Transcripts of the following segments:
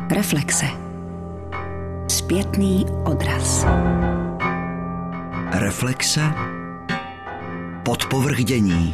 Reflexe. Zpětný odraz. Reflexe. Podpovrchdění.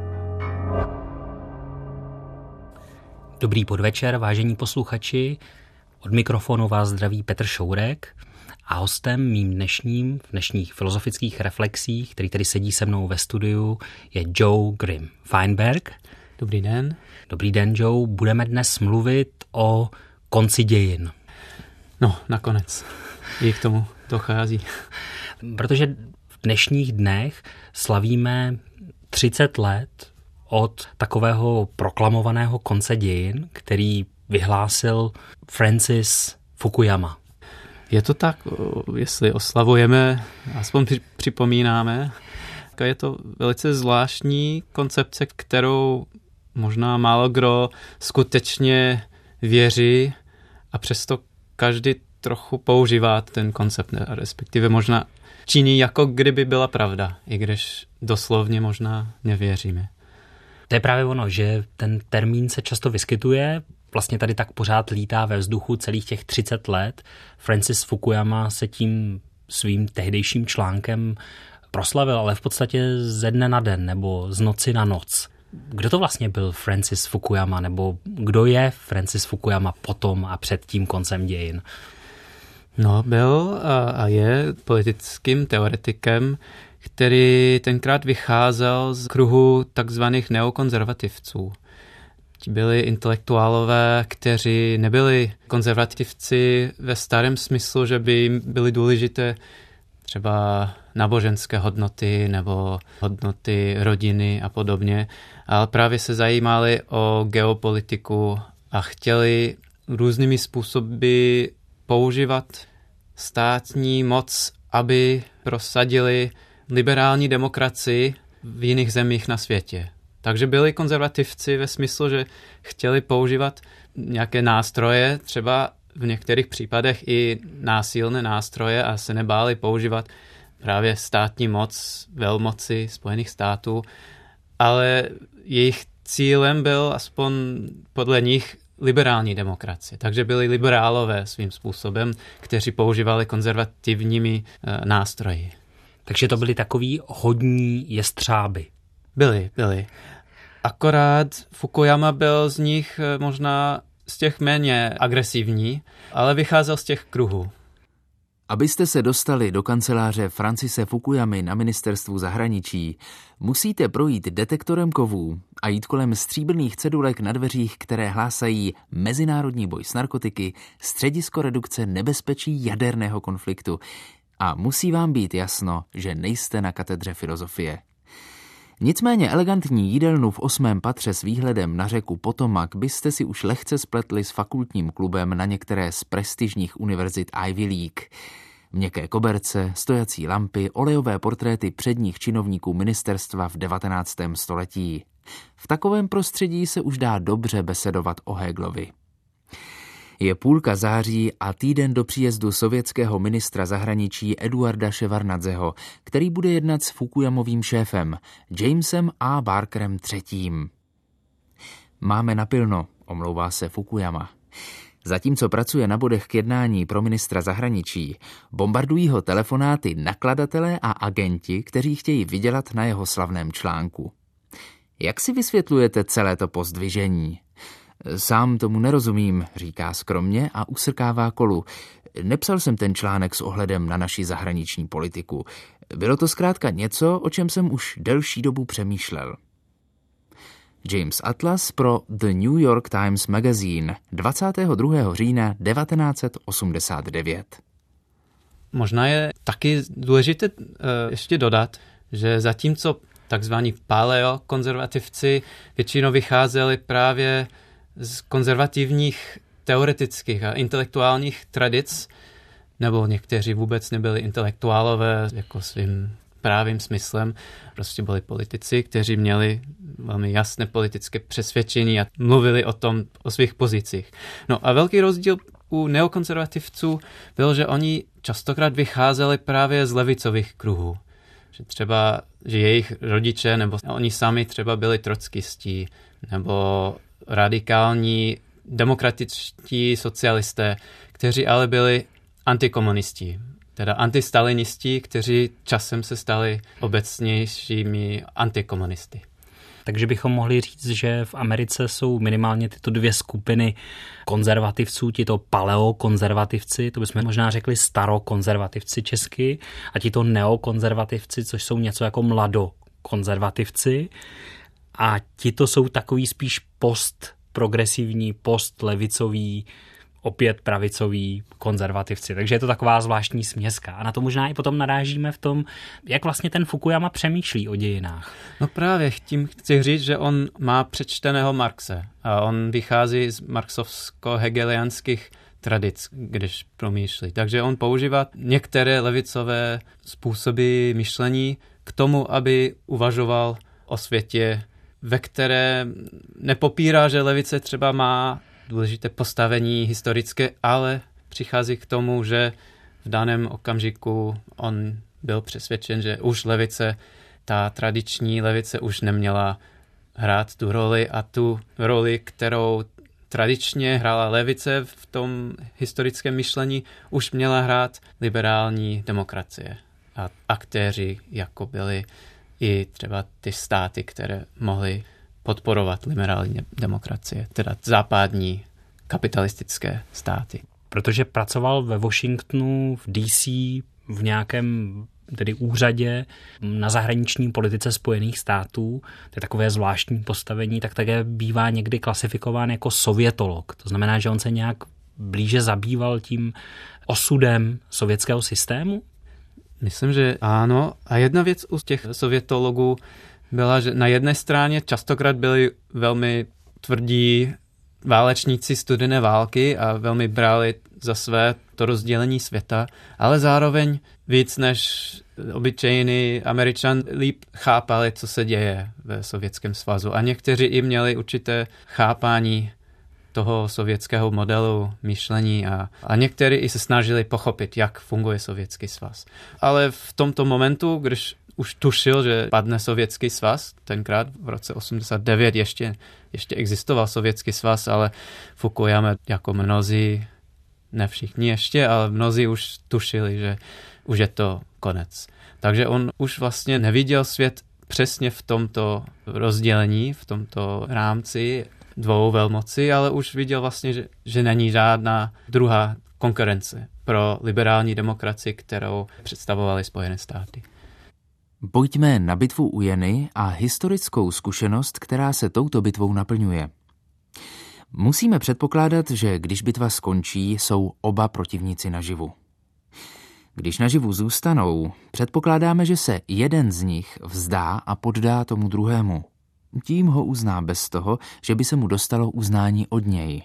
Dobrý podvečer, vážení posluchači. Od mikrofonu vás zdraví Petr Šourek a hostem mým v dnešních filozofických reflexích, který tady sedí se mnou ve studiu, je Joe Grim Feinberg. Dobrý den. Dobrý den, Joe. Budeme dnes mluvit o konci dějin. No, nakonec. I k tomu dochází. Protože v dnešních dnech slavíme 30 let od takového proklamovaného konce dějin, který vyhlásil Francis Fukuyama. Je to tak, jestli oslavujeme, aspoň připomínáme, je to velice zvláštní koncepce, kterou možná málo kdo skutečně věří a přesto každý trochu používá ten koncept, respektive možná činí, jako kdyby byla pravda, i když doslovně možná nevěříme. To je právě ono, že ten termín se často vyskytuje, vlastně tady tak pořád lítá ve vzduchu celých těch 30 let. Francis Fukuyama se tím svým tehdejším článkem proslavil, ale v podstatě ze dne na den nebo z noci na noc. Kdo to vlastně byl Francis Fukuyama, nebo kdo je Francis Fukuyama potom a před tím koncem dějin? No, byl a je politickým teoretikem, který tenkrát vycházel z kruhu takzvaných neokonzervativců. Ti byli intelektuálové, kteří nebyli konzervativci ve starém smyslu, že by jim byly důležité třeba náboženské hodnoty nebo hodnoty rodiny a podobně, ale právě se zajímali o geopolitiku a chtěli různými způsoby používat státní moc, aby prosadili liberální demokracii v jiných zemích na světě. Takže byli konzervativci ve smyslu, že chtěli používat nějaké nástroje, třeba v některých případech i násilné nástroje a se nebáli používat právě státní moc, velmoci Spojených států, ale jejich cílem byl aspoň podle nich liberální demokracie. Takže byli liberálové svým způsobem, kteří používali konzervativními nástroji. Takže to byli takový hodní jestřáby. Byli. Akorát Fukuyama byl z nich možná z těch méně agresivní, ale vycházel z těch kruhů. Abyste se dostali do kanceláře Francise Fukuyamy na ministerstvu zahraničí, musíte projít detektorem kovů a jít kolem stříbrných cedulek na dveřích, které hlásají mezinárodní boj s narkotiky, středisko redukce nebezpečí jaderného konfliktu. A musí vám být jasno, že nejste na katedře filozofie. Nicméně elegantní jídelnu v 8. patře s výhledem na řeku Potomac byste si už lehce spletli s fakultním klubem na některé z prestižních univerzit Ivy League. Měkké koberce, stojací lampy, olejové portréty předních činovníků ministerstva v 19. století. V takovém prostředí se už dá dobře besedovat o Hegelovi. Je půlka září a týden do příjezdu sovětského ministra zahraničí Eduarda Ševarnadzeho, který bude jednat s Fukuyamovým šéfem, Jamesem A. Barkerem III. Máme napilno, omlouvá se Fukuyama. Zatímco pracuje na bodech k jednání pro ministra zahraničí, bombardují ho telefonáty nakladatelé a agenti, kteří chtějí vydělat na jeho slavném článku. Jak si vysvětlujete celé to pozdvižení? Sám tomu nerozumím, říká skromně a usrkává kolu. Nepsal jsem ten článek s ohledem na naši zahraniční politiku. Bylo to zkrátka něco, o čem jsem už delší dobu přemýšlel. James Atlas pro The New York Times Magazine 22. října 1989. Možná je taky důležité ještě dodat, že zatímco takzvaní paleokonzervativci většinou vycházeli právě z konzervativních teoretických a intelektuálních tradic, nebo někteří vůbec nebyli intelektuálové jako svým právým smyslem, prostě byli politici, kteří měli velmi jasné politické přesvědčení a mluvili o svých pozicích. No a velký rozdíl u neokonzervativců byl, že oni častokrát vycházeli právě z levicových kruhů. Že třeba, že jejich rodiče nebo oni sami třeba byli trockistí nebo radikální demokratičtí socialisté, kteří ale byli antikomunisti, teda antistalinisti, kteří časem se stali obecnějšími antikomunisty. Takže bychom mohli říct, že v Americe jsou minimálně tyto dvě skupiny konzervativců, tito paleokonzervativci, to bychom možná řekli starokonzervativci česky, a tito neokonzervativci, což jsou něco jako mladokonzervativci. A tito jsou takový spíš postprogresivní, postlevicoví, opět pravicoví konzervativci. Takže je to taková zvláštní směska. A na to možná i potom narážíme v tom, jak vlastně ten Fukuyama přemýšlí o dějinách. No právě tím chci říct, že on má přečteného Marxe a on vychází z marxovsko-hegeliánských tradic, když promýšlí. Takže on používá některé levicové způsoby myšlení k tomu, aby uvažoval o světě, ve které nepopírá, že levice třeba má důležité postavení historické, ale přichází k tomu, že v daném okamžiku on byl přesvědčen, že už levice, ta tradiční levice už neměla hrát tu roli a tu roli, kterou tradičně hrála levice v tom historickém myšlení, už měla hrát liberální demokracie. A aktéři, jako byli i třeba ty státy, které mohly podporovat liberální demokracie, teda západní kapitalistické státy. Protože pracoval ve Washingtonu, v DC, v nějakém tedy úřadě na zahraniční politice Spojených států, to je takové zvláštní postavení, tak také bývá někdy klasifikován jako sovětolog. To znamená, že on se nějak blíže zabýval tím osudem sovětského systému? Myslím, že ano. A jedna věc u těch sovětologů byla, že na jedné straně častokrát byli velmi tvrdí válečníci studené války a velmi brali za své to rozdělení světa, ale zároveň víc než obyčejný Američan líp chápali, co se děje ve Sovětském svazu. A někteří i měli určité chápání toho sovětského modelu myšlení a někteří i se snažili pochopit, jak funguje Sovětský svaz. Ale v tomto momentu, když už tušil, že padne Sovětský svaz, tenkrát v roce 89 ještě existoval Sovětský svaz, ale Fukuyama jako mnozí, ne všichni ještě, ale mnozí už tušili, že už je to konec. Takže on už vlastně neviděl svět přesně v tomto rozdělení, v tomto rámci dvou velmocí, ale už viděl vlastně, že není žádná druhá konkurence pro liberální demokracii, kterou představovaly Spojené státy. Pojďme na bitvu u Jeny a historickou zkušenost, která se touto bitvou naplňuje. Musíme předpokládat, že když bitva skončí, jsou oba protivníci naživu. Když naživu zůstanou, předpokládáme, že se jeden z nich vzdá a poddá tomu druhému. Tím ho uzná bez toho, že by se mu dostalo uznání od něj.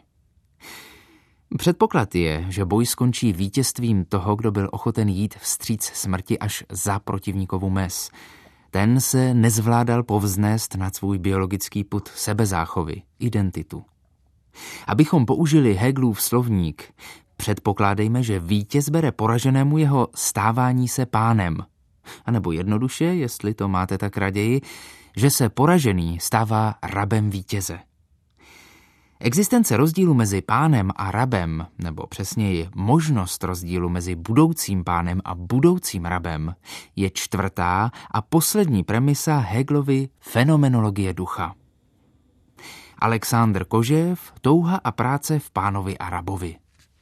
Předpoklad je, že boj skončí vítězstvím toho, kdo byl ochoten jít vstříc smrti až za protivníkovu mez. Ten se nezvládal povznést nad svůj biologický pud sebezáchovy, identitu. Abychom použili Hegelův slovník, předpokládejme, že vítěz bere poraženému jeho stávání se pánem. A nebo jednoduše, jestli to máte tak raději, že se poražený stává rabem vítěze. Existence rozdílu mezi pánem a rabem, nebo přesněji možnost rozdílu mezi budoucím pánem a budoucím rabem, je čtvrtá a poslední premisa Hegelovy fenomenologie ducha. Alexandr Kožev, Touha a práce v pánovi a rabovi.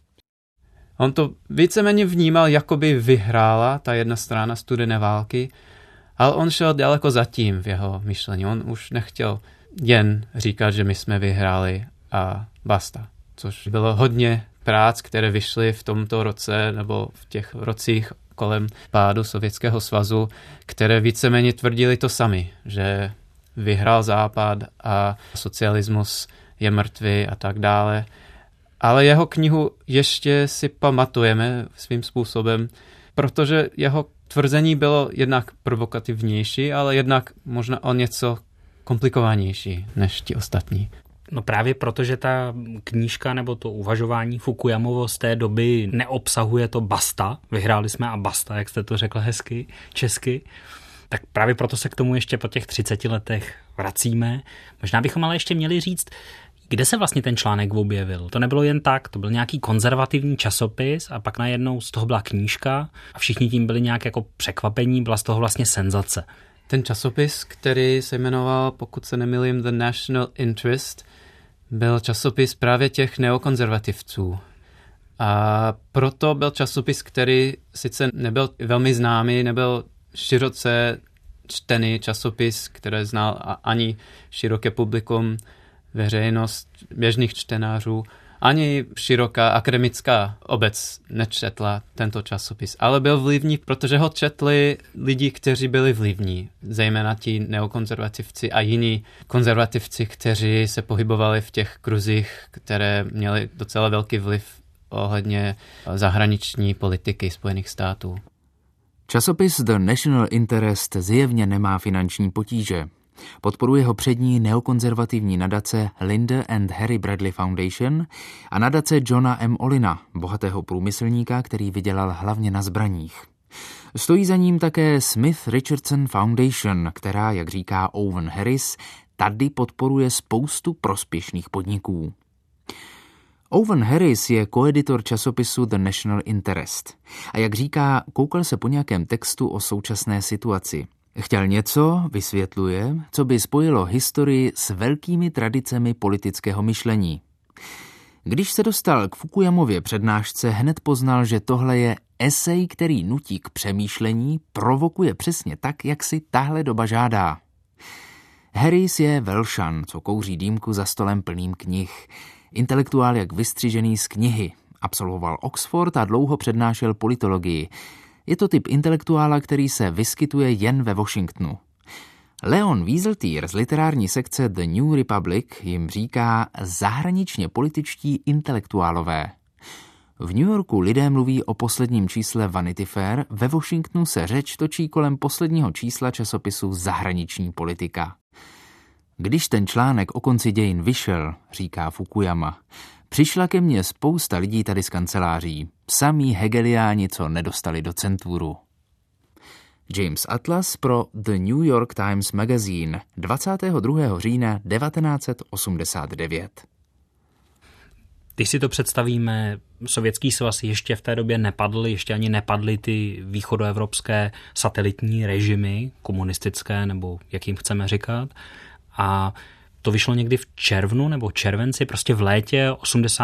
On to víceméně vnímal, jako by vyhrála ta jedna strana studené války, ale on šel daleko zatím v jeho myšlení. On už nechtěl jen říkat, že my jsme vyhráli a basta. Což bylo hodně prác, které vyšly v tomto roce nebo v těch rocích kolem pádu Sovětského svazu, které víceméně tvrdili to sami, že vyhrál Západ a socialismus je mrtvý a tak dále. Ale jeho knihu ještě si pamatujeme svým způsobem, protože jeho tvrzení bylo jednak provokativnější, ale jednak možná o něco komplikovanější než ti ostatní. No právě protože ta knížka nebo to uvažování Fukuyamovo z té doby neobsahuje to basta, vyhráli jsme a basta, jak jste to řekl hezky, česky, tak právě proto se k tomu ještě po těch 30 letech vracíme. Možná bychom ale ještě měli říct, Kde se vlastně ten článek objevil? To nebylo jen tak, to byl nějaký konzervativní časopis a pak najednou z toho byla knížka a všichni tím byli nějak jako překvapení, byla z toho vlastně senzace. Ten časopis, který se jmenoval, pokud se nemýlím, The National Interest, byl časopis právě těch neokonzervativců. A proto byl časopis, který sice nebyl velmi známý, nebyl široce čtený časopis, který znal ani široké publikum, veřejnost běžných čtenářů, ani široká akademická obec nečetla tento časopis, ale byl vlivný, protože ho četli lidi, kteří byli vlivní, zejména ti neokonzervativci a jiní konzervativci, kteří se pohybovali v těch kruzích, které měly docela velký vliv ohledně zahraniční politiky Spojených států. Časopis The National Interest zjevně nemá finanční potíže. Podporuje ho přední neokonzervativní nadace Linda and Harry Bradley Foundation a nadace Johna M. Ollina, bohatého průmyslníka, který vydělal hlavně na zbraních. Stojí za ním také Smith Richardson Foundation, která, jak říká Owen Harris, tady podporuje spoustu prospěšných podniků. Owen Harris je koeditor časopisu The National Interest a jak říká, koukal se po nějakém textu o současné situaci. Chtěl něco, vysvětluje, co by spojilo historii s velkými tradicemi politického myšlení. Když se dostal k Fukuyamově přednášce, hned poznal, že tohle je esej, který nutí k přemýšlení, provokuje přesně tak, jak si tahle doba žádá. Harris je Velšan, co kouří dýmku za stolem plným knih. Intelektuál jak vystřižený z knihy. Absolvoval Oxford a dlouho přednášel politologii. Je to typ intelektuála, který se vyskytuje jen ve Washingtonu. Leon Wieseltier z literární sekce The New Republic jim říká zahraničně političtí intelektuálové. V New Yorku lidé mluví o posledním čísle Vanity Fair, ve Washingtonu se řeč točí kolem posledního čísla časopisu Zahraniční politika. Když ten článek o konci dějin vyšel, říká Fukuyama, přišla ke mně spousta lidí tady z kanceláří, samí hegeliáni, co nedostali do centuru. James Atlas pro The New York Times Magazine 22. října 1989. Když si to představíme, Sovětský svaz ještě v té době nepadl, ještě ani nepadly ty východoevropské satelitní režimy, komunistické, nebo jak jim chceme říkat. A to vyšlo někdy v červnu nebo červenci, prostě v létě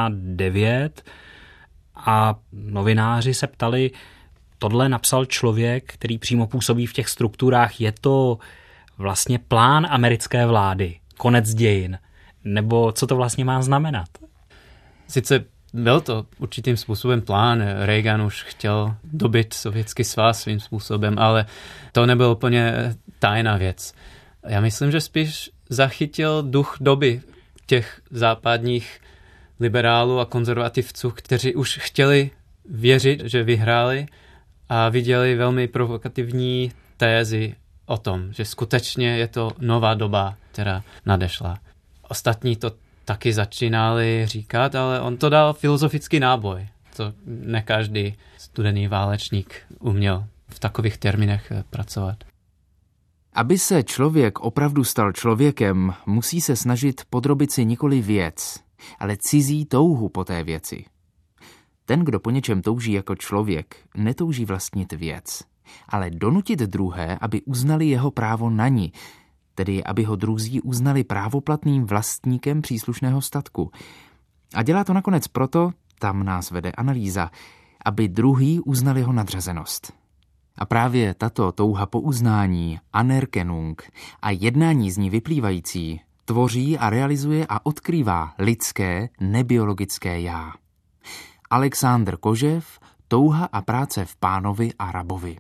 89 a novináři se ptali, tohle napsal člověk, který přímo působí v těch strukturách, je to vlastně plán americké vlády, konec dějin, nebo co to vlastně má znamenat? Sice byl to určitým způsobem plán, Reagan už chtěl dobit Sovětský svaz svým způsobem, ale to nebyla úplně tajná věc. Já myslím, že spíš zachytil duch doby těch západních liberálů a konzervativců, kteří už chtěli věřit, že vyhráli a viděli velmi provokativní tézy o tom, že skutečně je to nová doba, která nadešla. Ostatní to taky začínali říkat, ale on to dal filozofický náboj. To ne každý studený válečník uměl v takových termínech pracovat. Aby se člověk opravdu stal člověkem, musí se snažit podrobit si nikoli věc, ale cizí touhu po té věci. Ten, kdo po něčem touží jako člověk, netouží vlastnit věc, ale donutit druhé, aby uznali jeho právo na ni, tedy aby ho druzí uznali právoplatným vlastníkem příslušného statku. A dělá to nakonec proto, tam nás vede analýza, aby druhý uznal jeho nadřazenost. A právě tato touha po uznání, Anerkennung, a jednání z ní vyplývající, tvoří a realizuje a odkrývá lidské, nebiologické já. Alexander Kožev, Touha a práce v Pánovi a rabovi.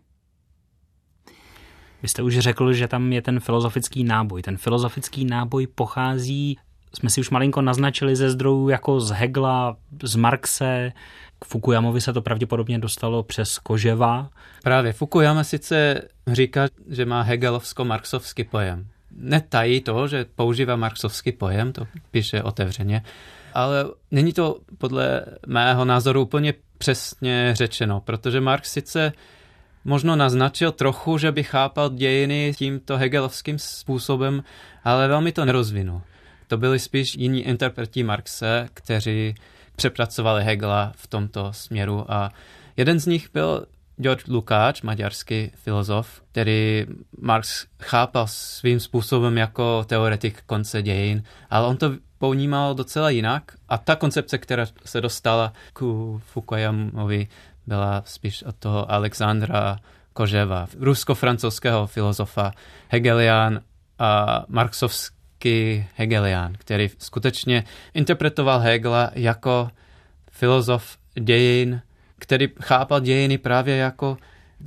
Vy jste už řekl, že tam je ten filozofický náboj. Ten filozofický náboj pochází, jsme si už malinko naznačili, ze zdrojů jako z Hegla, z Marxe. K Fukuyamovi se to pravděpodobně dostalo přes Koževa. Právě Fukuyama sice říká, že má hegelovsko-marxovský pojem. Netají to, že používá marxovský pojem, to píše otevřeně, ale není to podle mého názoru úplně přesně řečeno, protože Marx sice možno naznačil trochu, že by chápal dějiny tímto hegelovským způsobem, ale velmi to nerozvinul. To byli spíš jiní interpreti Marxe, kteří přepracovali Hegela v tomto směru a jeden z nich byl George Lukács, maďarský filozof, který Marx chápal svým způsobem jako teoretik konce dějin, ale on to ponímal docela jinak a ta koncepce, která se dostala ku Fukuyamovi, byla spíš od toho Alexandra Koževa, rusko-francouzského filozofa, hegelián a marxovský hegelián, který skutečně interpretoval Hegela jako filozof dějin, který chápal dějiny právě jako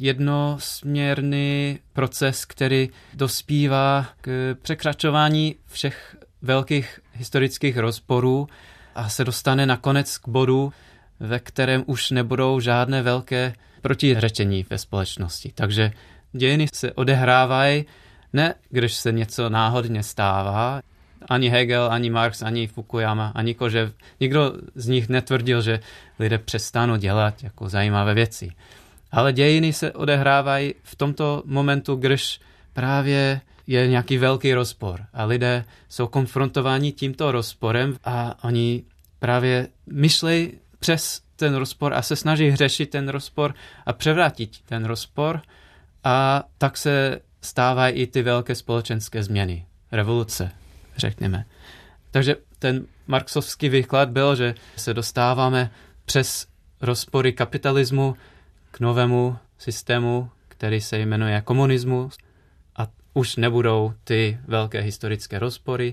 jednosměrný proces, který dospívá k překračování všech velkých historických rozporů a se dostane nakonec k bodu, ve kterém už nebudou žádné velké protiřečení ve společnosti. Takže dějiny se odehrávají, ne když se něco náhodně stává. Ani Hegel, ani Marx, ani Fukuyama, ani Kožev, nikdo z nich netvrdil, že lidé přestanou dělat jako zajímavé věci. Ale dějiny se odehrávají v tomto momentu, když právě je nějaký velký rozpor a lidé jsou konfrontováni tímto rozporem a oni právě myšlejí přes ten rozpor a se snaží řešit ten rozpor a převrátit ten rozpor a tak se stávají i ty velké společenské změny, revoluce, řekněme. Takže ten marxovský výklad byl, že se dostáváme přes rozpory kapitalismu k novému systému, který se jmenuje komunismus a už nebudou ty velké historické rozpory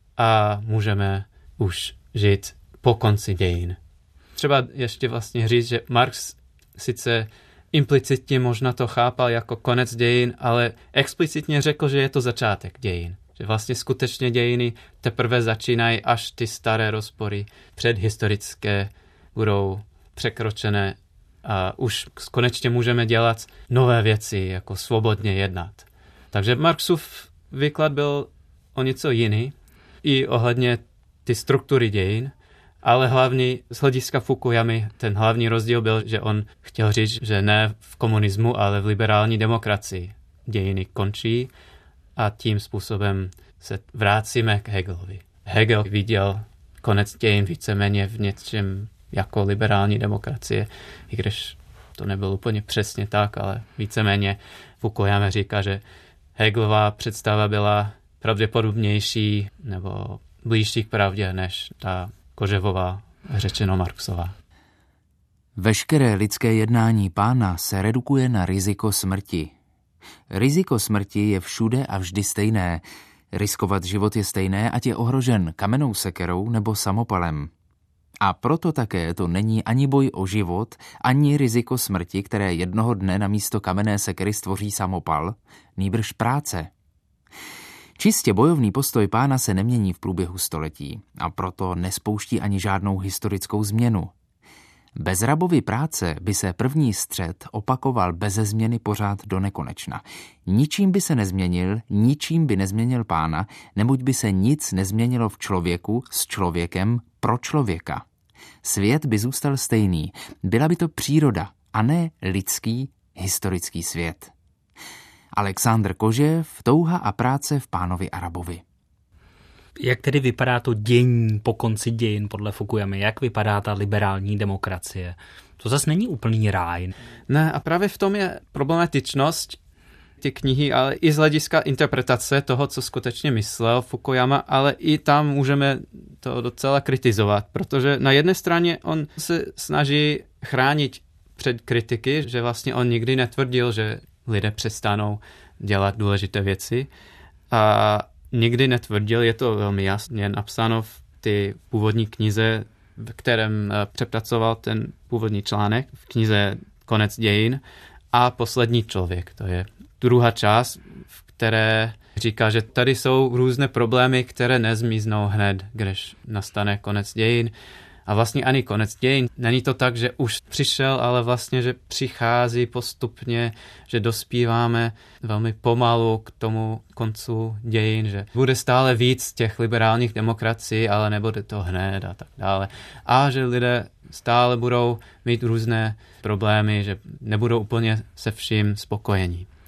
a můžeme už žít po konci dějin. Třeba ještě vlastně říct, že Marx sice implicitně možná to chápal jako konec dějin, ale explicitně řekl, že je to začátek dějin. Že vlastně skutečně dějiny teprve začínají, až ty staré rozpory předhistorické budou překročené a už konečně můžeme dělat nové věci, jako svobodně jednat. Takže Marxův výklad byl o něco jiný, i ohledně ty struktury dějin, ale hlavně z hlediska Fukuyamy ten hlavní rozdíl byl, že on chtěl říct, že ne v komunismu, ale v liberální demokracii dějiny končí a tím způsobem se vracíme k Hegelovi. Hegel viděl konec dějin víceméně v něčem jako liberální demokracie, i když to nebylo úplně přesně tak, ale víceméně Fukuyama říká, že Hegelová představa byla pravděpodobnější nebo blížší k pravdě než ta Koževová, řečeno Marxová. Veškeré lidské jednání Pána se redukuje na riziko smrti. Riziko smrti je všude a vždy stejné. Riskovat život je stejné, ať je ohrožen kamennou sekerou nebo samopalem. A proto také to není ani boj o život, ani riziko smrti, které jednoho dne na místo kamenné sekery stvoří samopal, nýbrž práce. Čistě bojovný postoj Pána se nemění v průběhu století a proto nespouští ani žádnou historickou změnu. Bez Rabovy práce by se první střet opakoval beze změny pořád do nekonečna. Ničím by se nezměnil, ničím by nezměnil Pána, neboť by se nic nezměnilo v člověku s člověkem pro člověka. Svět by zůstal stejný, byla by to příroda a ne lidský historický svět. Alexandr Kožev, Touha a práce v Pánovi a Rabovi. Jak tedy vypadá to dění po konci dějin podle Fukuyamy? Jak vypadá ta liberální demokracie? To zase není úplný ráj. Ne, a právě v tom je problematičnost ty knihy, ale i z hlediska interpretace toho, co skutečně myslel Fukuyama, ale i tam můžeme to docela kritizovat, protože na jedné straně on se snaží chránit před kritiky, že vlastně on nikdy netvrdil, že lidé přestanou dělat důležité věci a nikdy netvrdil, je to velmi jasně napsáno v té původní knize, v kterém přepracoval ten původní článek, v knize Konec dějin a Poslední člověk. To je druhá část, v které říká, že tady jsou různé problémy, které nezmiznou hned, když nastane konec dějin. A vlastně ani konec dějin. Není to tak, že už přišel, ale vlastně, že přichází postupně, že dospíváme velmi pomalu k tomu koncu dějin, že bude stále víc těch liberálních demokracií, ale nebude to hned a tak dále. A že lidé stále budou mít různé problémy, že nebudou úplně se vším spokojení.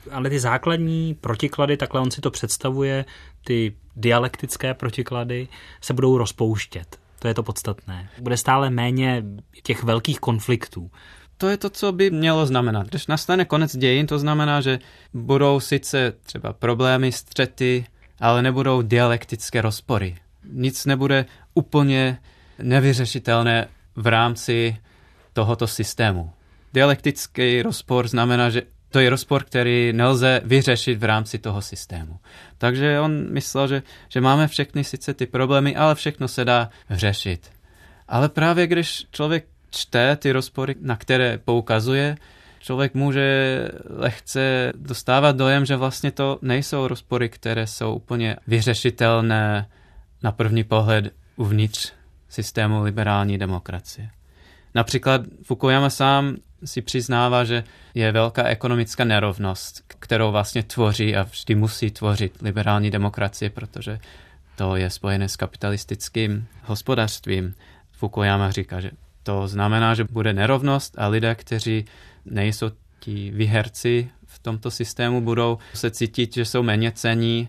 ale ty základní protiklady, takhle on si to představuje, ty dialektické protiklady se budou rozpouštět. To je to podstatné. Bude stále méně těch velkých konfliktů. To je to, co by mělo znamenat. Když nastane konec dějin, to znamená, že budou sice třeba problémy, střety, ale nebudou dialektické rozpory. Nic nebude úplně nevyřešitelné v rámci tohoto systému. Dialektický rozpor znamená, že to je rozpor, který nelze vyřešit v rámci toho systému. Takže on myslel, že máme všechny sice ty problémy, ale všechno se dá řešit. Ale právě když člověk čte ty rozpory, na které poukazuje, člověk může lehce dostávat dojem, že vlastně to nejsou rozpory, které jsou úplně vyřešitelné na první pohled uvnitř systému liberální demokracie. Například Fukuyama sám si přiznává, že je velká ekonomická nerovnost, kterou vlastně tvoří a vždy musí tvořit liberální demokracie, protože to je spojené s kapitalistickým hospodářstvím. Fukuyama říká, že to znamená, že bude nerovnost a lidé, kteří nejsou ti výherci v tomto systému, budou se cítit, že jsou méně cenní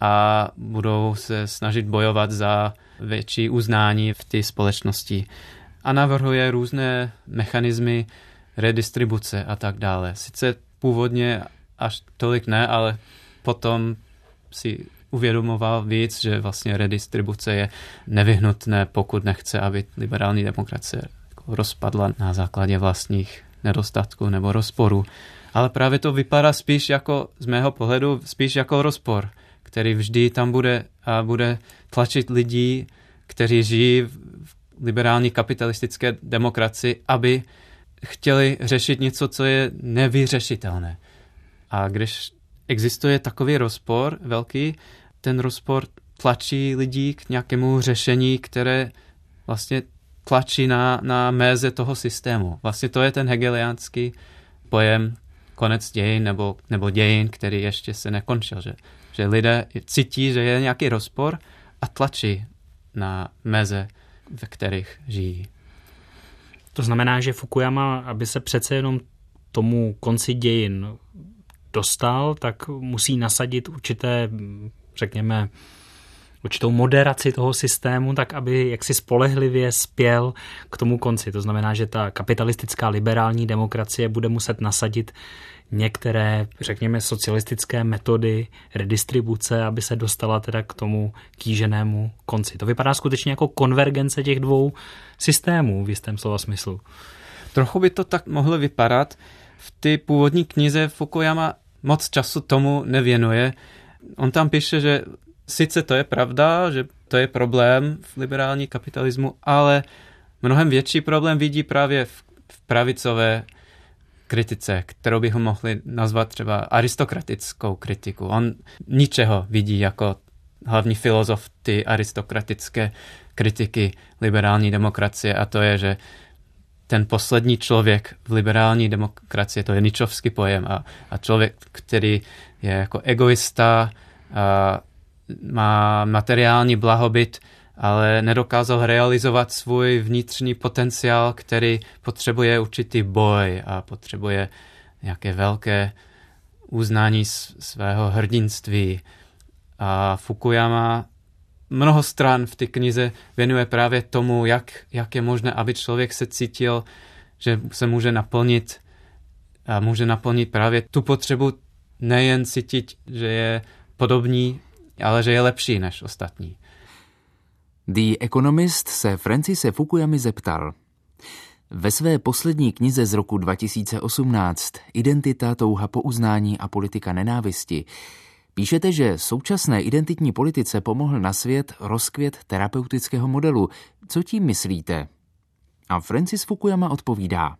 a budou se snažit bojovat za větší uznání v té společnosti. A navrhuje různé mechanismy redistribuce a tak dále. Sice původně až tolik ne, ale potom si uvědomoval víc, že vlastně redistribuce je nevyhnutné, pokud nechce, aby liberální demokracie rozpadla na základě vlastních nedostatků nebo rozporů. Ale právě to vypadá spíš jako, z mého pohledu, spíš jako rozpor, který vždy tam bude a bude tlačit lidi, kteří žijí v liberální kapitalistické demokracii, aby chtěli řešit něco, co je nevyřešitelné. A když existuje takový rozpor velký, ten rozpor tlačí lidi k nějakému řešení, které vlastně tlačí na meze toho systému. Vlastně to je ten hegeliánský pojem konec dějin nebo dějin, který ještě se nekončil. Že lidé cítí, že je nějaký rozpor a tlačí na meze, ve kterých žijí. To znamená, že Fukuyama, aby se přece jenom tomu konci dějin dostal, tak musí nasadit určité, řekněme, určitou moderaci toho systému, tak aby jaksi spolehlivě spěl k tomu konci. To znamená, že ta kapitalistická liberální demokracie bude muset nasadit některé, řekněme, socialistické metody redistribuce, aby se dostala teda k tomu kýženému konci. To vypadá skutečně jako konvergence těch dvou systémů v jistém slova smyslu. Trochu by to tak mohlo vypadat. V té původní knize Fukuyama moc času tomu nevěnuje. On tam píše, že sice to je pravda, že to je problém v liberální kapitalismu, ale mnohem větší problém vidí právě v pravicové kritice, kterou bychom mohli nazvat třeba aristokratickou kritiku. On ničeho vidí jako hlavní filozof ty aristokratické kritiky liberální demokracie a to je, že ten poslední člověk v liberální demokracii, to je ničovský pojem a člověk, který je jako egoista, a má materiální blahobyt, ale nedokázal realizovat svůj vnitřní potenciál, který potřebuje určitý boj a potřebuje nějaké velké uznání svého hrdinství. A Fukuyama mnoho stran v té knize věnuje právě tomu, jak je možné, aby člověk se cítil, že se může naplnit a může naplnit právě tu potřebu nejen cítit, že je podobný, ale že je lepší než ostatní. The Economist se Francise Fukuyamy zeptal. Ve své poslední knize z roku 2018 Identita, touha po uznání a politika nenávisti píšete, že současné identitní politice pomohl na svět rozkvět terapeutického modelu. Co tím myslíte? A Francis Fukuyama odpovídá.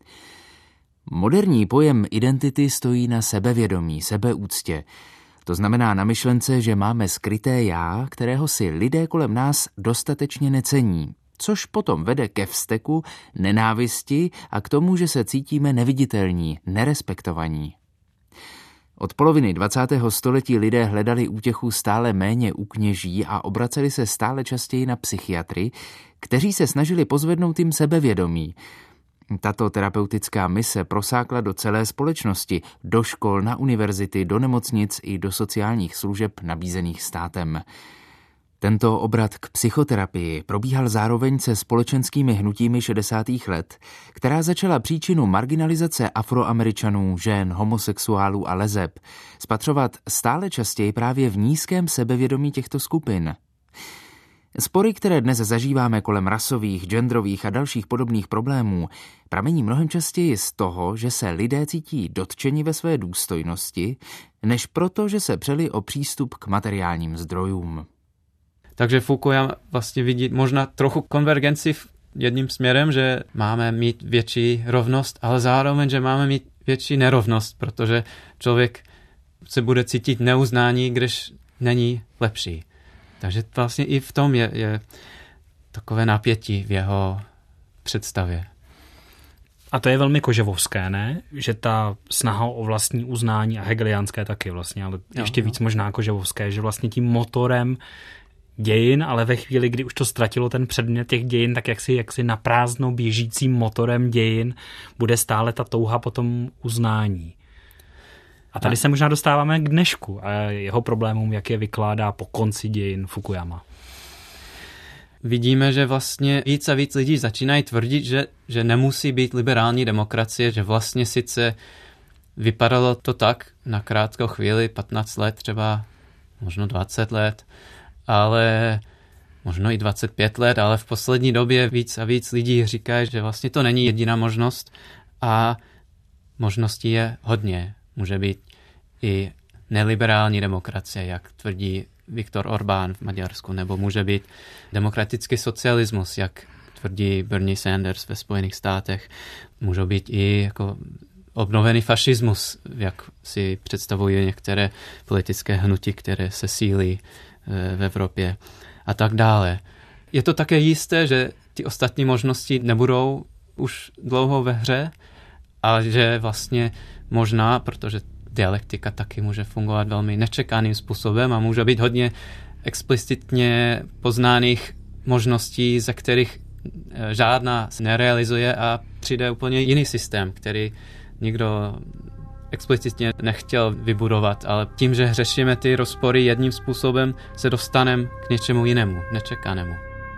Moderní pojem identity stojí na sebevědomí, sebeúctě. To znamená na myšlence, že máme skryté já, kterého si lidé kolem nás dostatečně necení, což potom vede ke vzteku, nenávisti a k tomu, že se cítíme neviditelní, nerespektovaní. Od poloviny 20. století lidé hledali útěchu stále méně u kněží a obraceli se stále častěji na psychiatry, kteří se snažili pozvednout jim sebevědomí. Tato terapeutická mise prosákla do celé společnosti, do škol, na univerzity, do nemocnic i do sociálních služeb nabízených státem. Tento obrat k psychoterapii probíhal zároveň se společenskými hnutími 60. let, která začala příčinu marginalizace Afroameričanů, žen, homosexuálů a leseb spatřovat stále častěji právě v nízkém sebevědomí těchto skupin. Spory, které dnes zažíváme kolem rasových, genderových a dalších podobných problémů, pramení mnohem častěji z toho, že se lidé cítí dotčeni ve své důstojnosti, než proto, že se přeli o přístup k materiálním zdrojům. Takže Fukuyama vlastně vidí možná trochu konvergenci jedním směrem, že máme mít větší rovnost, ale zároveň, že máme mít větší nerovnost, protože člověk se bude cítit neuznání, když není lepší. Takže vlastně i v tom je takové napětí v jeho představě. A to je velmi koževovské, ne? Že ta snaha o vlastní uznání, a hegeliánské taky vlastně, ale ještě víc možná koževovské, že vlastně tím motorem dějin, ale ve chvíli, kdy už to ztratilo ten předmět těch dějin, tak jaksi naprázdno běžícím motorem dějin bude stále ta touha po tom uznání. A tady se možná dostáváme k dnešku a jeho problémům, jak je vykládá po konci dějin Fukuyama. Vidíme, že vlastně víc a víc lidí začínají tvrdit, že nemusí být liberální demokracie, že vlastně sice vypadalo to tak na krátkou chvíli, 15 let, třeba možno 20 let, ale možno i 25 let, ale v poslední době víc a víc lidí říká, že vlastně to není jediná možnost a možností je hodně. Může být i neliberální demokracie, jak tvrdí Viktor Orbán v Maďarsku, nebo může být demokratický socialismus, jak tvrdí Bernie Sanders ve Spojených státech. Můžou být i jako obnovený fašismus, jak si představují některé politické hnutí, které se sílí v Evropě a tak dále. Je to také jisté, že ty ostatní možnosti nebudou už dlouho ve hře a že vlastně možná, protože dialektika taky může fungovat velmi nečekaným způsobem a může být hodně explicitně poznáných možností, ze kterých žádná se nerealizuje a přijde úplně jiný systém, který nikdo explicitně nechtěl vybudovat, ale tím, že řešíme ty rozpory jedním způsobem, se dostaneme k něčemu jinému, nečekanému.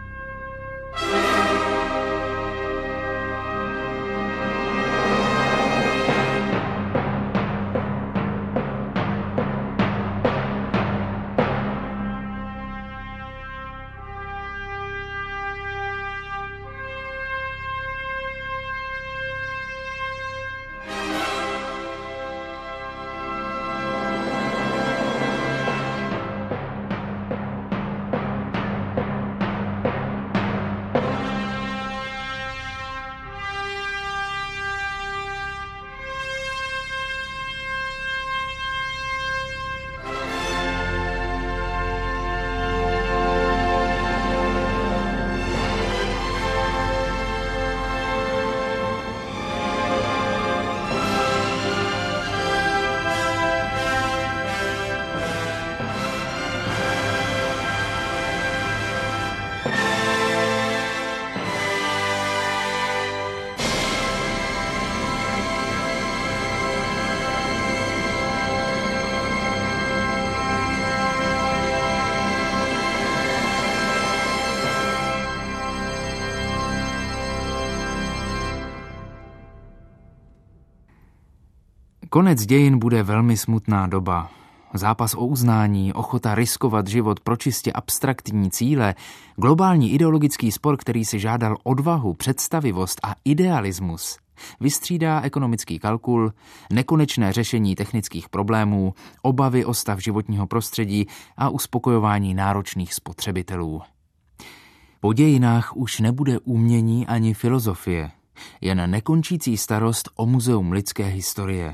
Konec dějin bude velmi smutná doba. Zápas o uznání, ochota riskovat život pro čistě abstraktní cíle, globální ideologický spor, který si žádal odvahu, představivost a idealismus, vystřídá ekonomický kalkul, nekonečné řešení technických problémů, obavy o stav životního prostředí a uspokojování náročných spotřebitelů. Po dějinách už nebude umění ani filozofie, jen nekončící starost o muzeum lidské historie.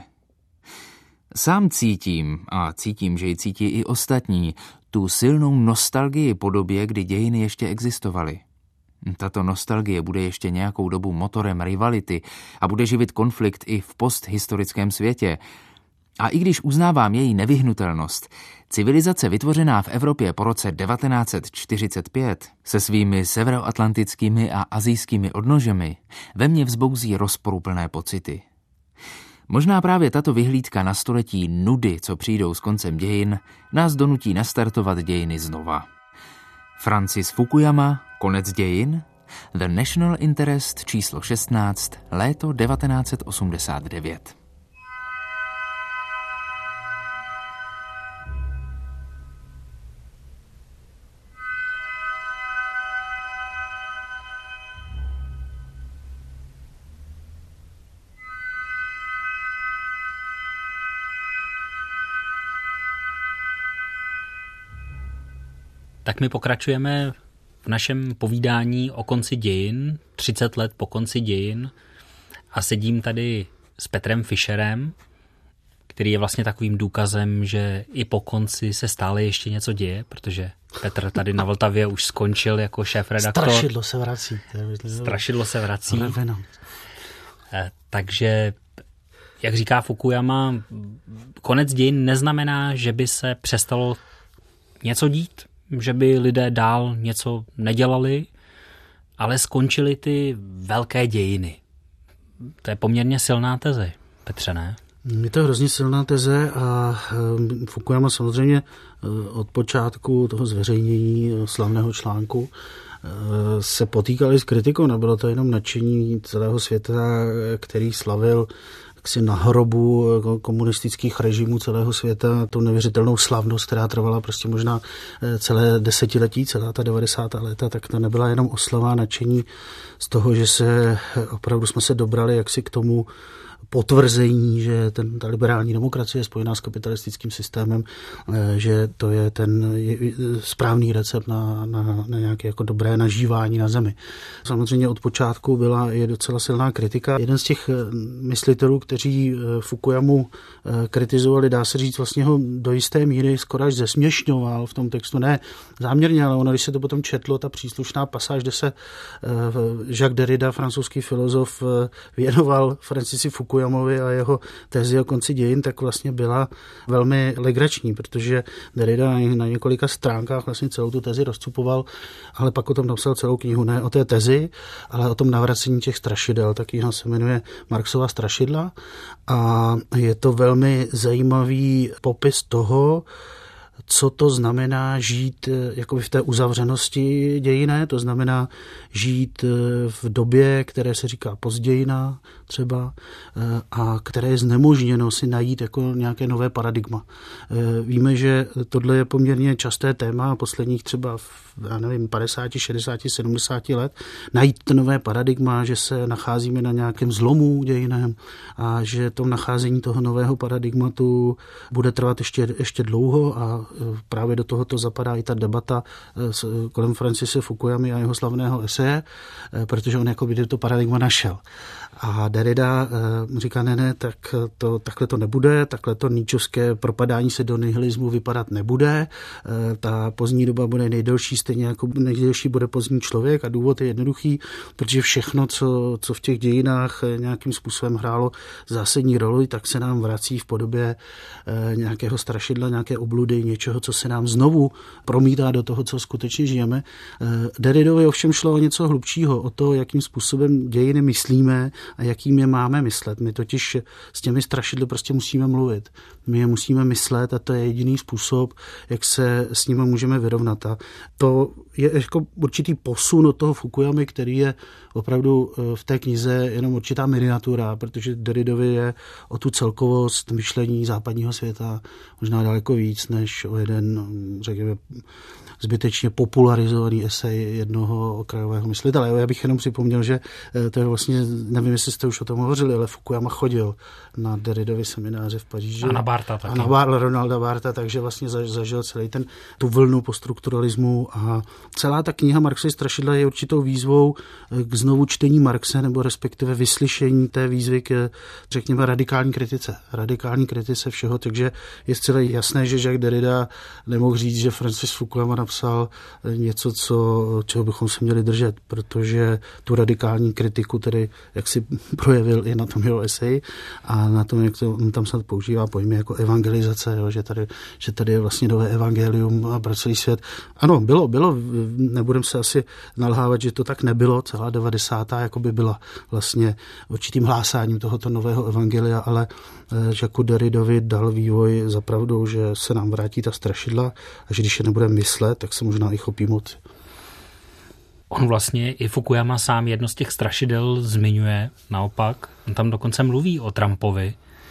Sám cítím, a cítím, že ji cítí i ostatní, tu silnou nostalgii po době, kdy dějiny ještě existovaly. Tato nostalgie bude ještě nějakou dobu motorem rivality a bude živit konflikt i v posthistorickém světě. A i když uznávám její nevyhnutelnost, civilizace vytvořená v Evropě po roce 1945 se svými severoatlantickými a asijskými odnožemi ve mně vzbouzí rozporuplné pocity. Možná právě tato vyhlídka na století nudy, co přijdou s koncem dějin, nás donutí nastartovat dějiny znova. Francis Fukuyama, Konec dějin? The National Interest číslo 16, léto 1989. Tak my pokračujeme v našem povídání o konci dějin, 30 let po konci dějin, a sedím tady s Petrem Fischerem, který je vlastně takovým důkazem, že i po konci se stále ještě něco děje, protože Petr tady na Vltavě už skončil jako šéfredaktor. Strašidlo se vrací. Takže, jak říká Fukuyama, konec dějin neznamená, že by se přestalo něco dít, že by lidé dál něco nedělali, ale skončily ty velké dějiny. To je poměrně silná teze, Petře, ne? Je to hrozně silná teze a Fukuyama samozřejmě od počátku toho zveřejnění slavného článku se potýkali s kritikou. Nebylo to jenom nadšení celého světa, který slavil jaksi na hrobu komunistických režimů celého světa tu neuvěřitelnou slavnost, která trvala prostě možná celé desetiletí, celá ta 90. léta, tak to nebyla jenom oslava, nadšení z toho, že se opravdu jsme se dobrali jaksi k tomu potvrzení, že ta liberální demokracie je spojená s kapitalistickým systémem, že to je ten správný recept na nějaké jako dobré nažívání na zemi. Samozřejmě od počátku je docela silná kritika. Jeden z těch myslitelů, kteří Fukuyamu kritizovali, dá se říct, vlastně ho do jisté míry skoro až zesměšňoval v tom textu. Ne záměrně, ale ono, když se to potom četlo, ta příslušná pasáž, kde se Jacques Derrida, francouzský filozof, věnoval Francisi Fukuyamovi a jeho tezi o konci dějin, tak vlastně byla velmi legrační, protože Derrida na několika stránkách vlastně celou tu tezi rozcupoval, ale pak o tom napsal celou knihu, ne o té tezi, ale o tom navracení těch strašidel. Ta kniha se jmenuje Marxova strašidla a je to velmi zajímavý popis toho, co to znamená žít jakoby v té uzavřenosti dějinné, to znamená žít v době, které se říká postdějina třeba, a které je znemožněno si najít jako nějaké nové paradigma. Víme, že tohle je poměrně časté téma posledních třeba 50, 60, 70 let, najít to nové paradigma, že se nacházíme na nějakém zlomu dějiném a že to nacházení toho nového paradigmatu bude trvat ještě dlouho a právě do tohoto zapadá i ta debata kolem Francise Fukuyamy a jeho slavného eseje, protože on jako by to paradigma našel. A Derrida říká, ne, takhle to nebude, takhle to níčovské propadání se do nihilismu vypadat nebude, ta pozdní doba bude nejdelší, stejně jako nejdelší bude pozdní člověk a důvod je jednoduchý, protože všechno, co v těch dějinách nějakým způsobem hrálo zásadní roli, tak se nám vrací v podobě nějakého strašidla, nějaké obludy, něčeho, co se nám znovu promítá do toho, co skutečně žijeme. Derridovi ovšem šlo o něco hlubšího, o to, jakým způsobem dějiny myslíme a jakým je máme myslet. My totiž s těmi strašidly prostě musíme mluvit. My je musíme myslet a to je jediný způsob, jak se s nimi můžeme vyrovnat. A to je jako určitý posun od toho Fukuyamy, který je opravdu v té knize jenom určitá miniatura, protože Derridovi je o tu celkovost myšlení západního světa možná daleko víc, než o jeden, řekněme, zbytečně popularizovaný esej jednoho okrajového myslitele. Já bych jenom připomněl, že to je vlastně, nevím, jestli jste už o tom hovořili, ale Fukuyama chodil na Derridovy semináře v Paříži. A na Bartha taky. A na Ronalda Bartha, takže vlastně zažil celý tu vlnu poststrukturalismu a celá ta kniha Marxovy strašidla je určitou výzvou k znovu čtení Marxe, nebo respektive vyslyšení té výzvy k, řekněme, radikální kritice všeho, takže je zcela jasné, že Jacques Derrida nemohl říct, že Francis Fukuyama napsal něco, čeho bychom se měli držet, protože tu radikální kritiku tedy jak si projevil i na tom jeho eseji a na tom, jak to on tam snad používá pojmy jako evangelizace, jo, že tady je vlastně nové evangelium a pro celý svět. Ano, bylo, nebudem se asi nalhávat, že to tak nebylo, celá 90. jakoby byla vlastně určitým hlásáním tohoto nového evangelia, ale Jacques Derridovi dal vývoj za pravdou, že se nám vrátí ta strašidla a že když je nebudeme myslet, tak se možná i chopí moci. On vlastně i Fukuyama sám jedno z těch strašidel zmiňuje, naopak. On tam dokonce mluví o Trumpovi.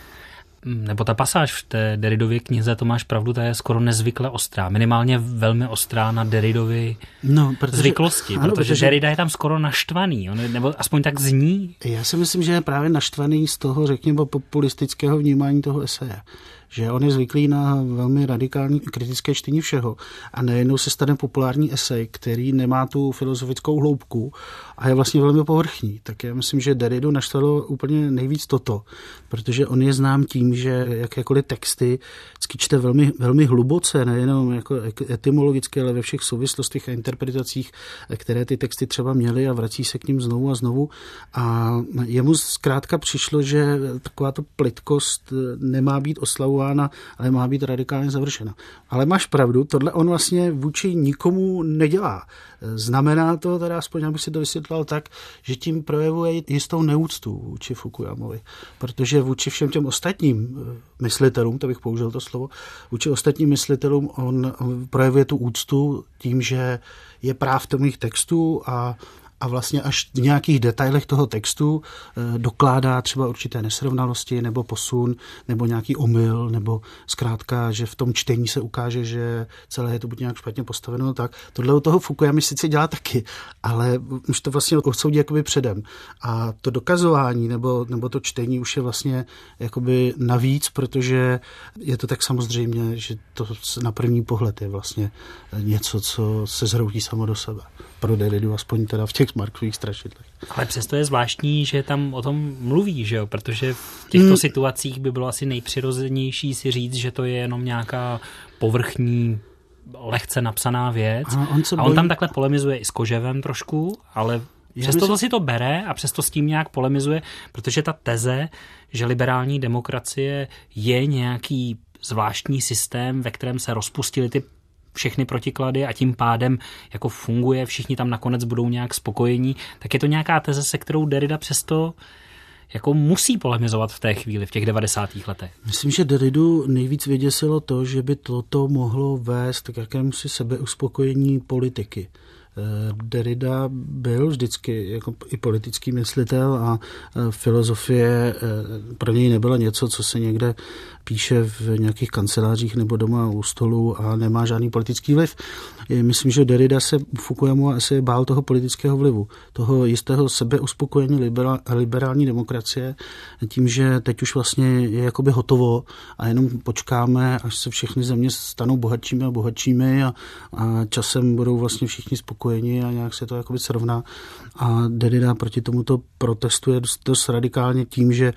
Nebo ta pasáž v té Derridově knize, to máš pravdu, ta je skoro nezvykle ostrá. Minimálně velmi ostrá na Derridovy zvyklosti, protože Derrida je tam skoro naštvaný, nebo aspoň tak zní. Já si myslím, že je právě naštvaný z toho, řekněme, populistického vnímání toho eseje. Že on je zvyklý na velmi radikální kritické čtení všeho a najednou se stane populární esej, který nemá tu filozofickou hloubku a je vlastně velmi povrchní. Tak já myslím, že Derridu naštvalo úplně nejvíc toto, protože on je znám tím, že jakékoliv texty čte velmi, velmi hluboce, nejenom jako etymologicky, ale ve všech souvislostech a interpretacích, které ty texty třeba měly a vrací se k ním znovu a znovu. A jemu zkrátka přišlo, že takováto plytkost nemá být oslavována, ale má být radikálně završena. Ale máš pravdu, tohle on vlastně vůči nikomu nedělá. Znamená to, teda aspoň abych si to vysvětlil tak, že tím projevuje jistou neúctu vůči Fukuyamovi, protože vůči všem těm ostatním myslitelům, to bych použil to slovo, vůči ostatním myslitelům on projevuje tu úctu tím, že je práv těch textů a vlastně až v nějakých detailech toho textu dokládá třeba určité nesrovnalosti nebo posun, nebo nějaký omyl, nebo zkrátka, že v tom čtení se ukáže, že celé je to buď nějak špatně postaveno, tak tohle u toho Fukuyama sice dělá taky, ale už to vlastně odsoudí jakoby předem. A to dokazování nebo to čtení už je vlastně jakoby navíc, protože je to tak samozřejmě, že to na první pohled je vlastně něco, co se zhroutí samo do sebe. Pro Derridu, aspoň teda v těch Marxových strašidlech. Ale přesto je zvláštní, že tam o tom mluví, že jo? Protože v těchto situacích by bylo asi nejpřirozenější si říct, že to je jenom nějaká povrchní, lehce napsaná věc. A on tam takhle polemizuje i s Koževem trošku, ale přesto to si to bere a přesto s tím nějak polemizuje, protože ta teze, že liberální demokracie je nějaký zvláštní systém, ve kterém se rozpustily ty všechny protiklady a tím pádem jako funguje, všichni tam nakonec budou nějak spokojení, tak je to nějaká teze, se kterou Derrida přesto jako musí polemizovat v té chvíli, v těch 90. letech. Myslím, že Derridu nejvíc vyděsilo to, že by toto mohlo vést k jakémusi sebeuspokojení politiky. Derrida byl vždycky jako i politický myslitel a filozofie pro něj nebyla něco, co se někde píše v nějakých kancelářích nebo doma u stolu a nemá žádný politický vliv. Myslím, že Derrida se Fukuyama asi bál toho politického vlivu, toho jistého sebeuspokojení liberální demokracie tím, že teď už vlastně je jakoby hotovo a jenom počkáme, až se všechny země stanou bohatšími a bohatšími a časem budou vlastně všichni spokojeni a nějak se to jakoby srovná. A Derrida proti tomuto protestuje dost radikálně tím, že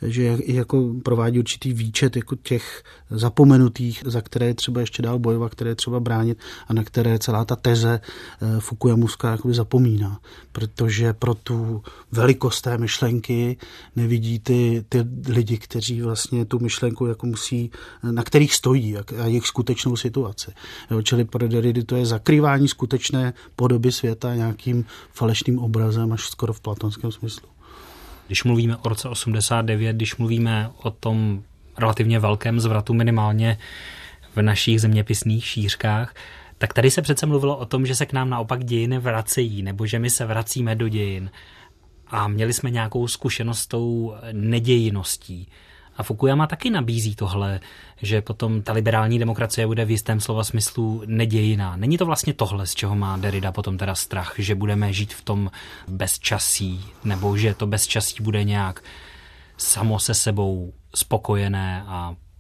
jako provádí určitý výčet jako těch zapomenutých, za které je třeba ještě dál bojovat, které je třeba bránit a na které celá ta teze Fukuyamovská jakoby zapomíná. Protože pro tu velikost té myšlenky nevidí ty lidi, kteří vlastně tu myšlenku jako musí, na kterých stojí a jejich skutečnou situaci. Jo, čili pro Derridu to je zakrývání skutečné podoby světa nějakým falešným obrazem až skoro v platonském smyslu. Když mluvíme o roce 89, když mluvíme o tom relativně velkém zvratu minimálně v našich zeměpisných šířkách, tak tady se přece mluvilo o tom, že se k nám naopak dějiny vracejí, nebo že my se vracíme do dějin. A měli jsme nějakou zkušenost s tou nedějinností. A Fukuyama taky nabízí tohle, že potom ta liberální demokracie bude v jistém slova smyslu nedějinná. Není to vlastně tohle, z čeho má Derrida potom teda strach, že budeme žít v tom bezčasí, nebo že to bezčasí bude nějak samo se sebou spokojené a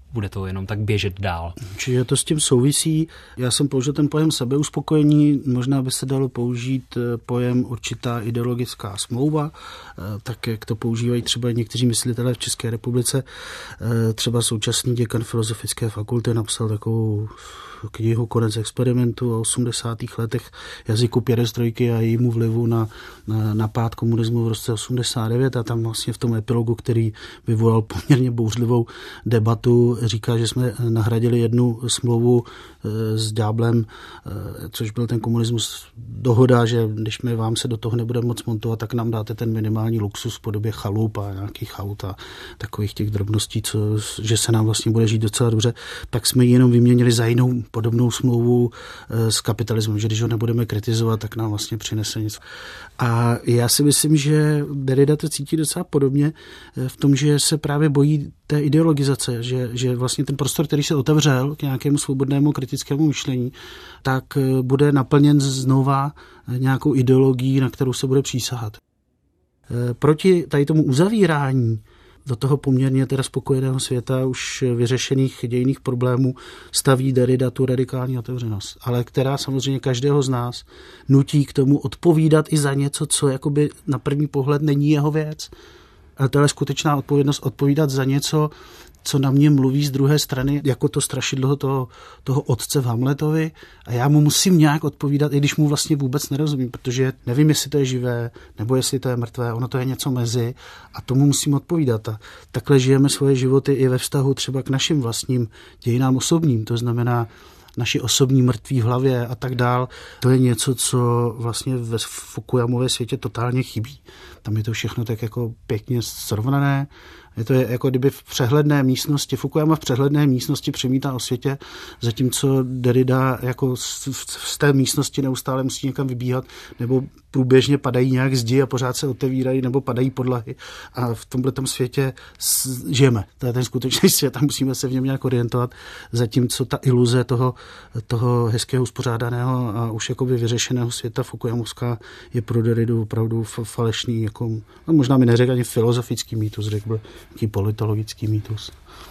bude to jenom tak běžet dál. Čiže to s tím souvisí. Já jsem použil ten pojem sebeuspokojení, možná by se dalo použít pojem určitá ideologická smlouva, tak jak to používají třeba někteří myslitelé v České republice. Třeba současný děkan Filozofické fakulty napsal takovou knihu Konec experimentu o 80. letech jazyku perestrojky a jejímu vlivu na pád komunismu v roce 89 a tam vlastně v tom epilogu, který vyvolal poměrně bouřlivou debatu, říká, že jsme nahradili jednu smlouvu s ďáblem, což byl ten komunismus, dohoda, že když my vám se do toho nebudeme moc montovat, tak nám dáte ten minimální luxus v podobě chalup a nějakých aut a takových těch drobností, že se nám vlastně bude žít docela dobře, tak jsme ji jenom vyměnili za jinou podobnou smlouvu s kapitalismem, že když ho nebudeme kritizovat, tak nám vlastně přinese něco. A já si myslím, že Derrida to cítí docela podobně v tom, že se právě bojí té ideologizace, že vlastně ten prostor, který se otevřel k nějakému svobodnému kritickému myšlení, tak bude naplněn znova nějakou ideologií, na kterou se bude přísahat. Proti tady tomu uzavírání do toho poměrně teda spokojeného světa už vyřešených dějinných problémů staví Derrida tu radikální otevřenost, ale která samozřejmě každého z nás nutí k tomu odpovídat i za něco, co jakoby na první pohled není jeho věc. Ale to je skutečná odpovědnost odpovídat za něco, co na mě mluví z druhé strany, jako to strašidlo toho otce v Hamletovi a já mu musím nějak odpovídat, i když mu vlastně vůbec nerozumím, protože nevím, jestli to je živé, nebo jestli to je mrtvé, ono to je něco mezi a tomu musím odpovídat. A takhle žijeme svoje životy i ve vztahu třeba k našim vlastním dějinám osobním, to znamená naši osobní mrtví v hlavě a tak dál. To je něco, co vlastně ve Fukuyamové světě totálně chybí. Tam je to všechno tak jako pěkně srovnané. Je to jako kdyby v přehledné místnosti, Fukuyama v přehledné místnosti přemítá o světě, zatímco Derrida jako z té místnosti neustále musí někam vybíhat, nebo průběžně padají nějak zdi a pořád se otevírají, nebo padají podlahy. A v tomhletom světě žijeme. To je ten skutečný svět a musíme se v něm nějak orientovat, zatímco ta iluze toho hezkého uspořádaného a už jakoby vyřešeného světa Fukuyamovská je pro Derridu opravdu falešný, jako, no možná mi neřekl ani filozofický mýtus, řekl by nějaký politologický mýtus.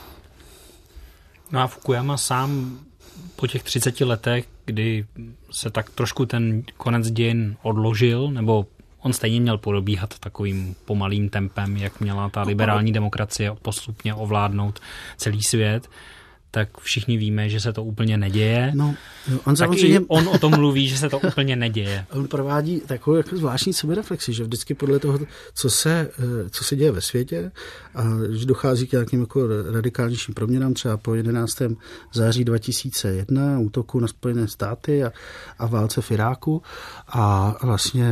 No a Fukuyama sám po těch 30 letech, kdy se tak trošku ten konec dějin odložil, nebo on stejně měl probíhat takovým pomalým tempem, jak měla ta liberální demokracie postupně ovládnout celý svět, tak všichni víme, že se to úplně neděje. No, on samozřejmě... on o tom mluví, že se to úplně neděje. On provádí takovou jako zvláštní sebereflexi, že vždycky podle toho, co se děje ve světě a že dochází k nějakým jako radikálnějším proměnám, třeba po 11. září 2001 útoku na Spojené státy a válce v Iráku a vlastně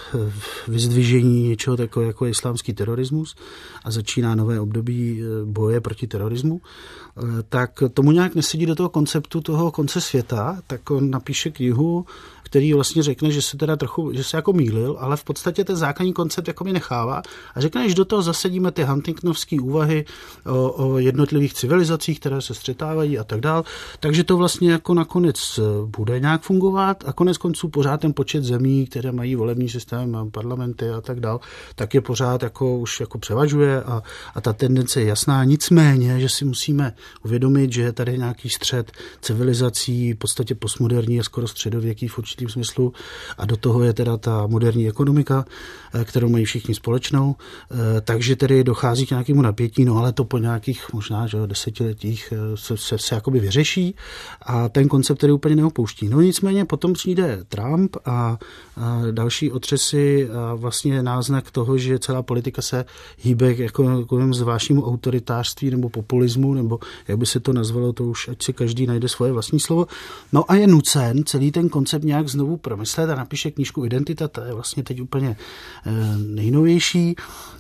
vyzdvižení něčeho takového jako islámský terorismus a začíná nové období boje proti terorismu, tak tomu nějak nesedí do toho konceptu toho konce světa, tak on napíše knihu, který vlastně řekne, že se teda trochu, že se jako mýlil, ale v podstatě ten základní koncept jako mi nechává a řekne, že do toho zasedíme ty Huntingtonovské úvahy o jednotlivých civilizacích, které se střetávají a tak dál. Takže to vlastně jako nakonec bude nějak fungovat a konec konců pořád ten počet zemí, které mají volební systém, parlamenty a tak dál, tak je pořád jako už jako převažuje a ta tendence je jasná. Nicméně, že si musíme uvědomit, že je tady nějaký střet civilizací, v podstatě postmoderní a skoro středověký v určitým smyslu a do toho je teda ta moderní ekonomika, kterou mají všichni společnou, takže tedy dochází k nějakému napětí, no ale to po nějakých možná že desetiletích se jakoby vyřeší a ten koncept tedy úplně neopouští. No nicméně potom přijde Trump a další otřesy a vlastně náznak toho, že celá politika se hýbe jako zvláštnímu autoritářství nebo populismu, nebo jak by se to nazvalo, to už ať si každý najde svoje vlastní slovo. No a je nucen celý ten koncept nějak znovu promyslet a napíše knížku Identita, to je vlastně teď úplně nejnovější,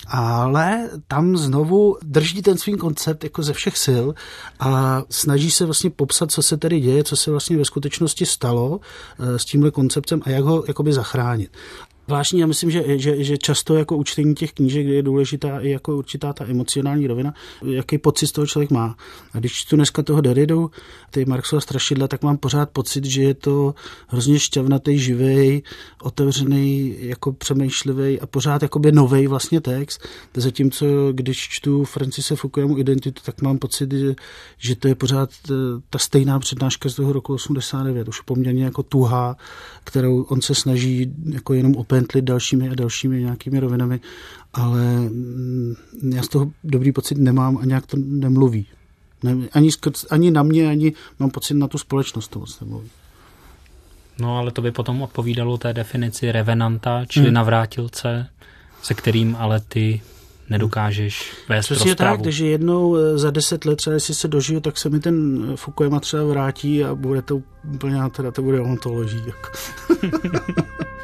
ale tam znovu drží ten svým koncept jako ze všech sil a snaží se vlastně popsat, co se tedy děje, co se vlastně ve skutečnosti stalo s tímhle konceptem a jak ho jakoby zachránit. Vážně, já myslím, že často jako u čtení těch knížek, kde je důležitá i jako určitá ta emocionální rovina, jaký pocit z toho člověk má. A když čtu dneska toho Derridu, ty Marxova strašidla, tak mám pořád pocit, že je to hrozně šťavnatý, živej, otevřený, jako přemýšlivý a pořád jakoby novej vlastně text. Zatímco když čtu Francise Fukuyamu Identitu, tak mám pocit, že to je pořád ta stejná přednáška z toho roku 89, už poměrně jako tuhá, kterou on se snaží jako jenom opentlit dalšími a dalšími nějakými rovinami, ale já z toho dobrý pocit nemám a nějak to nemluví. Ani na mě, ani mám pocit na tu společnost to moc nemluví. No ale to by potom odpovídalo té definici revenanta, čili navrátilce, se kterým ale ty nedokážeš vést rozprávu. Tak, takže jednou za 10 let, třeba jestli se dožiju, tak se mi ten Fukuyama třeba vrátí a bude to úplně, teda to bude ontoloží. Jako.